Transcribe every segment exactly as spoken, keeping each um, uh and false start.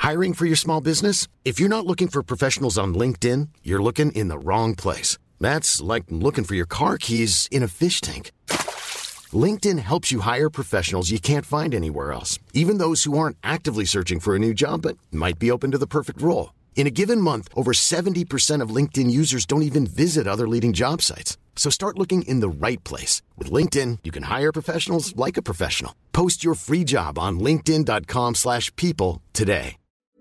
Hiring for your small business? If you're not looking for professionals on LinkedIn, you're looking in the wrong place. That's like looking for your car keys in a fish tank. LinkedIn helps you hire professionals you can't find anywhere else, even those who aren't actively searching for a new job but might be open to the perfect role. In a given month, over seventy percent of LinkedIn users don't even visit other leading job sites. So start looking in the right place. With LinkedIn, you can hire professionals like a professional. Post your free job on linkedin.com slash people today.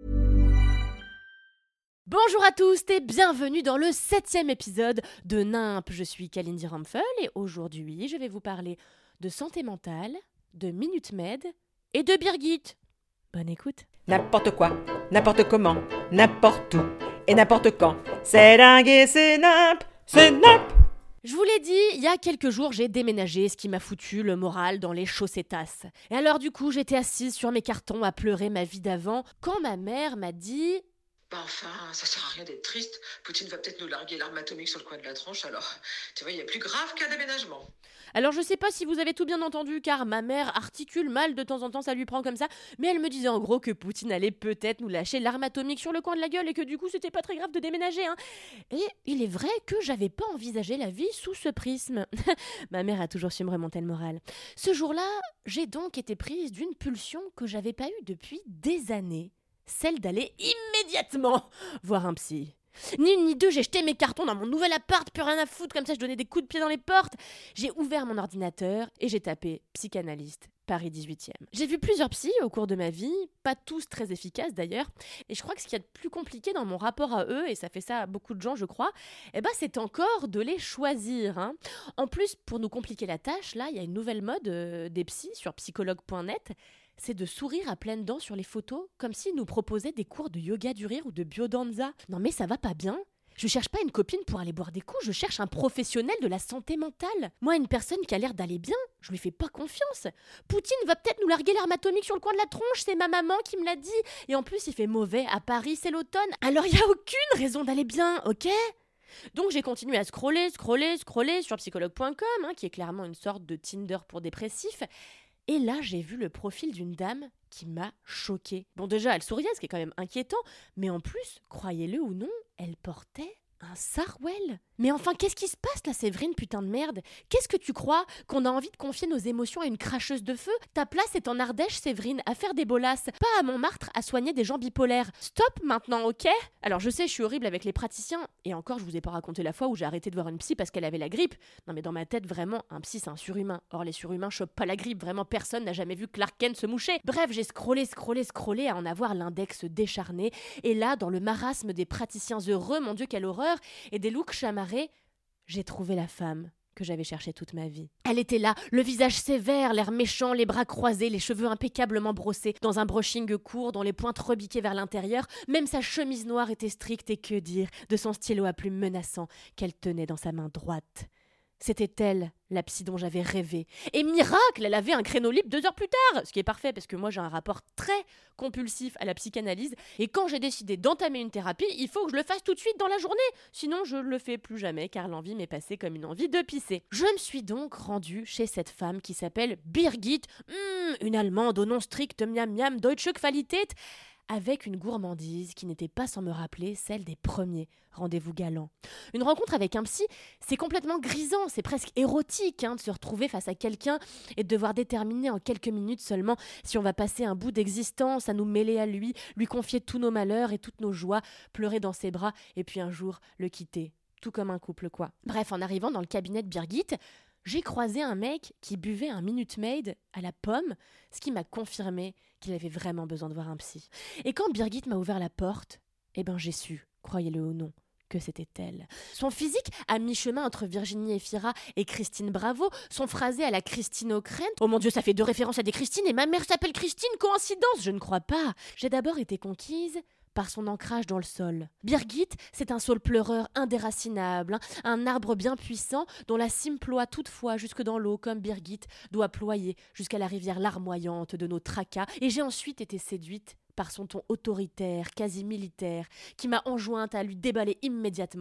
Bonjour à tous et bienvenue dans le septième épisode de Nimp. Je suis Kalindi Ramphel et aujourd'hui, je vais vous parler de santé mentale, de Minute Med et de Birgit. Bonne écoute. N'importe quoi, n'importe comment, n'importe où et n'importe quand. C'est dingue et c'est nimp, c'est nimp. Je vous l'ai dit, il y a quelques jours, j'ai déménagé, ce qui m'a foutu le moral dans les chaussettas. Et alors du coup, j'étais assise sur mes cartons à pleurer ma vie d'avant quand ma mère m'a dit... Bah enfin, ça sert à rien d'être triste. Poutine va peut-être nous larguer l'arme atomique sur le coin de la tronche, alors tu vois, il y a plus grave qu'un déménagement. Alors je sais pas si vous avez tout bien entendu, car ma mère articule mal de temps en temps, ça lui prend comme ça, mais elle me disait en gros que Poutine allait peut-être nous lâcher l'arme atomique sur le coin de la gueule et que du coup c'était pas très grave de déménager, hein. Et il est vrai que j'avais pas envisagé la vie sous ce prisme. Ma mère a toujours su me remonter le moral. Ce jour-là, j'ai donc été prise d'une pulsion que j'avais pas eue depuis des années. Celle d'aller immédiatement voir un psy. Ni une ni deux, j'ai jeté mes cartons dans mon nouvel appart, plus rien à foutre, comme ça je donnais des coups de pied dans les portes. J'ai ouvert mon ordinateur et j'ai tapé psychanalyste, Paris dix-huitième. J'ai vu plusieurs psys au cours de ma vie, pas tous très efficaces d'ailleurs, et je crois que ce qu'il y a de plus compliqué dans mon rapport à eux, et ça fait ça à beaucoup de gens je crois, eh ben c'est encore de les choisir, hein. En plus, pour nous compliquer la tâche, là, il y a une nouvelle mode euh, des psys sur psychologue point net. C'est de sourire à pleines dents sur les photos, comme s'ils nous proposaient des cours de yoga du rire ou de biodanza. Non mais ça va pas bien. Je cherche pas une copine pour aller boire des coups, je cherche un professionnel de la santé mentale. Moi, une personne qui a l'air d'aller bien, je lui fais pas confiance. Poutine va peut-être nous larguer l'arme atomique sur le coin de la tronche, c'est ma maman qui me l'a dit. Et en plus, il fait mauvais, à Paris, c'est l'automne. Alors il y a aucune raison d'aller bien, ok ? Donc j'ai continué à scroller, scroller, scroller sur psychologue point com, hein, qui est clairement une sorte de Tinder pour dépressifs. Et là, j'ai vu le profil d'une dame qui m'a choquée. Bon, déjà, elle souriait, ce qui est quand même inquiétant, mais en plus, croyez-le ou non, elle portait un sarouel. Mais enfin, qu'est-ce qui se passe là, Séverine, putain de merde ? Qu'est-ce que tu crois ? Qu'on a envie de confier nos émotions à une cracheuse de feu ? Ta place est en Ardèche, Séverine, à faire des bolasses, pas à Montmartre à soigner des gens bipolaires. Stop maintenant, ok ? Alors je sais, je suis horrible avec les praticiens, et encore, je vous ai pas raconté la fois où j'ai arrêté de voir une psy parce qu'elle avait la grippe. Non mais dans ma tête, vraiment, un psy c'est un surhumain. Or les surhumains chopent pas la grippe, vraiment personne n'a jamais vu Clark Kent se moucher. Bref, j'ai scrollé, scrollé, scrollé à en avoir l'index décharné, et là, dans le marasme des praticiens heureux, mon Dieu, quelle horreur, et des looks chamarrés, j'ai trouvé la femme que j'avais cherchée toute ma vie. Elle était là, le visage sévère, l'air méchant, les bras croisés, les cheveux impeccablement brossés, dans un brushing court dont les pointes rebiquaient vers l'intérieur, même sa chemise noire était stricte et que dire de son stylo à plume menaçant qu'elle tenait dans sa main droite. C'était elle, la psy dont j'avais rêvé. Et miracle, elle avait un créneau libre deux heures plus tard, ce qui est parfait parce que moi j'ai un rapport très compulsif à la psychanalyse, et quand j'ai décidé d'entamer une thérapie, il faut que je le fasse tout de suite dans la journée, sinon je le fais plus jamais car l'envie m'est passée comme une envie de pisser. Je me suis donc rendue chez cette femme qui s'appelle Birgit, mmh, une Allemande au nom strict miam miam Deutsche Qualität, avec une gourmandise qui n'était pas sans me rappeler celle des premiers rendez-vous galants. Une rencontre avec un psy, c'est complètement grisant, c'est presque érotique hein, de se retrouver face à quelqu'un et de devoir déterminer en quelques minutes seulement si on va passer un bout d'existence à nous mêler à lui, lui confier tous nos malheurs et toutes nos joies, pleurer dans ses bras et puis un jour le quitter. Tout comme un couple quoi. Bref, en arrivant dans le cabinet de Birgit, j'ai croisé un mec qui buvait un Minute Maid à la pomme, ce qui m'a confirmé qu'il avait vraiment besoin de voir un psy. Et quand Birgit m'a ouvert la porte, eh ben j'ai su, croyez-le ou non, que c'était elle. Son physique, à mi-chemin entre Virginie Efira et Christine Bravo, son phrasé à la Christine O'Krent. Oh mon Dieu, ça fait deux références à des Christine et ma mère s'appelle Christine, coïncidence ? Je ne crois pas. J'ai d'abord été conquise par son ancrage dans le sol. Birgit, c'est un saule pleureur indéracinable, hein, un arbre bien puissant dont la cime ploie toutefois jusque dans l'eau comme Birgit doit ployer jusqu'à la rivière larmoyante de nos tracas, et j'ai ensuite été séduite par son ton autoritaire, quasi militaire, qui m'a enjointe à lui déballer immédiatement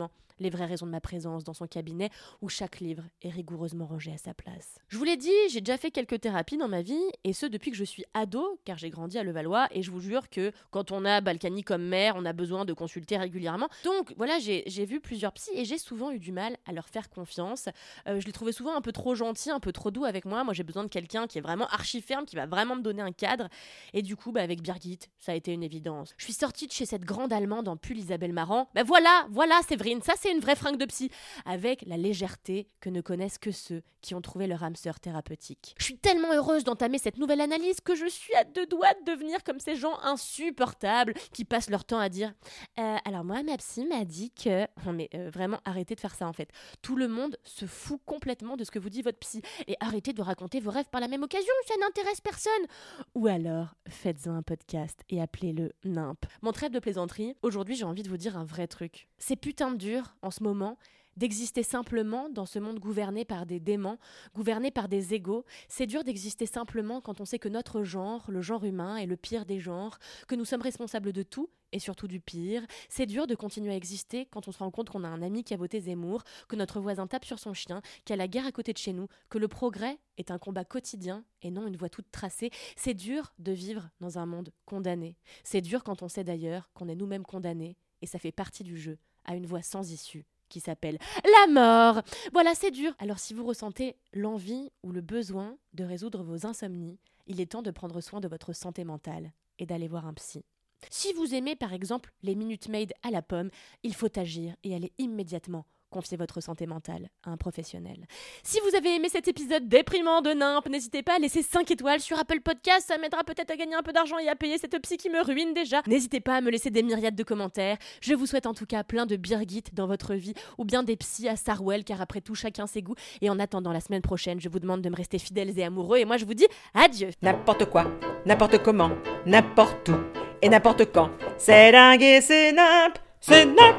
les vraies raisons de ma présence dans son cabinet où chaque livre est rigoureusement rangé à sa place. Je vous l'ai dit, j'ai déjà fait quelques thérapies dans ma vie, et ce depuis que je suis ado, car j'ai grandi à Levallois, et je vous jure que quand on a Balkany comme mère, on a besoin de consulter régulièrement. Donc voilà, j'ai, j'ai vu plusieurs psys, et j'ai souvent eu du mal à leur faire confiance. Euh, je les trouvais souvent un peu trop gentils, un peu trop doux avec moi. Moi, j'ai besoin de quelqu'un qui est vraiment archi ferme, qui va vraiment me donner un cadre. Et du coup, bah, avec Birgit, ça a été une évidence. Je suis sortie de chez cette grande Allemande en pull Isabelle Marant. Bah voilà, voilà Séverine, ça c'est une vraie fringue de psy, avec la légèreté que ne connaissent que ceux qui ont trouvé leur âme sœur thérapeutique. Je suis tellement heureuse d'entamer cette nouvelle analyse que je suis à deux doigts de devenir comme ces gens insupportables qui passent leur temps à dire euh, « Alors moi, ma psy m'a dit que… » Non mais euh, vraiment, arrêtez de faire ça en fait. Tout le monde se fout complètement de ce que vous dit votre psy. Et arrêtez de raconter vos rêves par la même occasion, ça n'intéresse personne. Ou alors, faites-en un podcast et appelez-le Nimp. Mon trêve de plaisanterie, aujourd'hui j'ai envie de vous dire un vrai truc. C'est putain de dur, en ce moment, d'exister simplement dans ce monde gouverné par des démons, gouverné par des égos. C'est dur d'exister simplement quand on sait que notre genre, le genre humain, est le pire des genres, que nous sommes responsables de tout, et surtout du pire. C'est dur de continuer à exister quand on se rend compte qu'on a un ami qui a voté Zemmour, que notre voisin tape sur son chien, qu'il y a la guerre à côté de chez nous, que le progrès est un combat quotidien et non une voie toute tracée. C'est dur de vivre dans un monde condamné. C'est dur quand on sait d'ailleurs qu'on est nous-mêmes condamnés, et ça fait partie du jeu, à une voie sans issue, qui s'appelle la mort. Voilà, c'est dur. Alors si vous ressentez l'envie ou le besoin de résoudre vos insomnies, il est temps de prendre soin de votre santé mentale et d'aller voir un psy. Si vous aimez par exemple les Minute Maid à la pomme, il faut agir et aller immédiatement confier votre santé mentale à un professionnel. Si vous avez aimé cet épisode déprimant de Nimp, n'hésitez pas à laisser cinq étoiles sur Apple Podcast, ça m'aidera peut-être à gagner un peu d'argent et à payer cette psy qui me ruine déjà. N'hésitez pas à me laisser des myriades de commentaires. Je vous souhaite en tout cas plein de Birgit dans votre vie, ou bien des psys à Sarwell, car après tout chacun ses goûts. Et en attendant la semaine prochaine, je vous demande de me rester fidèles et amoureux, et moi je vous dis adieu. N'importe quoi, n'importe comment, n'importe où et n'importe quand. C'est dingue et c'est Nimp, c'est Nimp.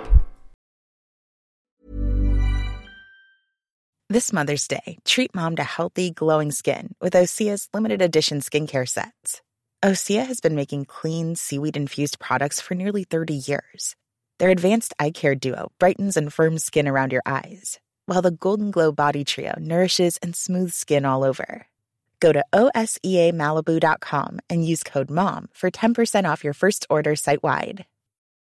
This Mother's Day, treat mom to healthy, glowing skin with Osea's limited edition skincare sets. Osea has been making clean, seaweed-infused products for nearly thirty years. Their advanced eye care duo brightens and firms skin around your eyes, while the Golden Glow Body Trio nourishes and smooths skin all over. Go to O S E A Malibu dot com and use code MOM for ten percent off your first order site-wide.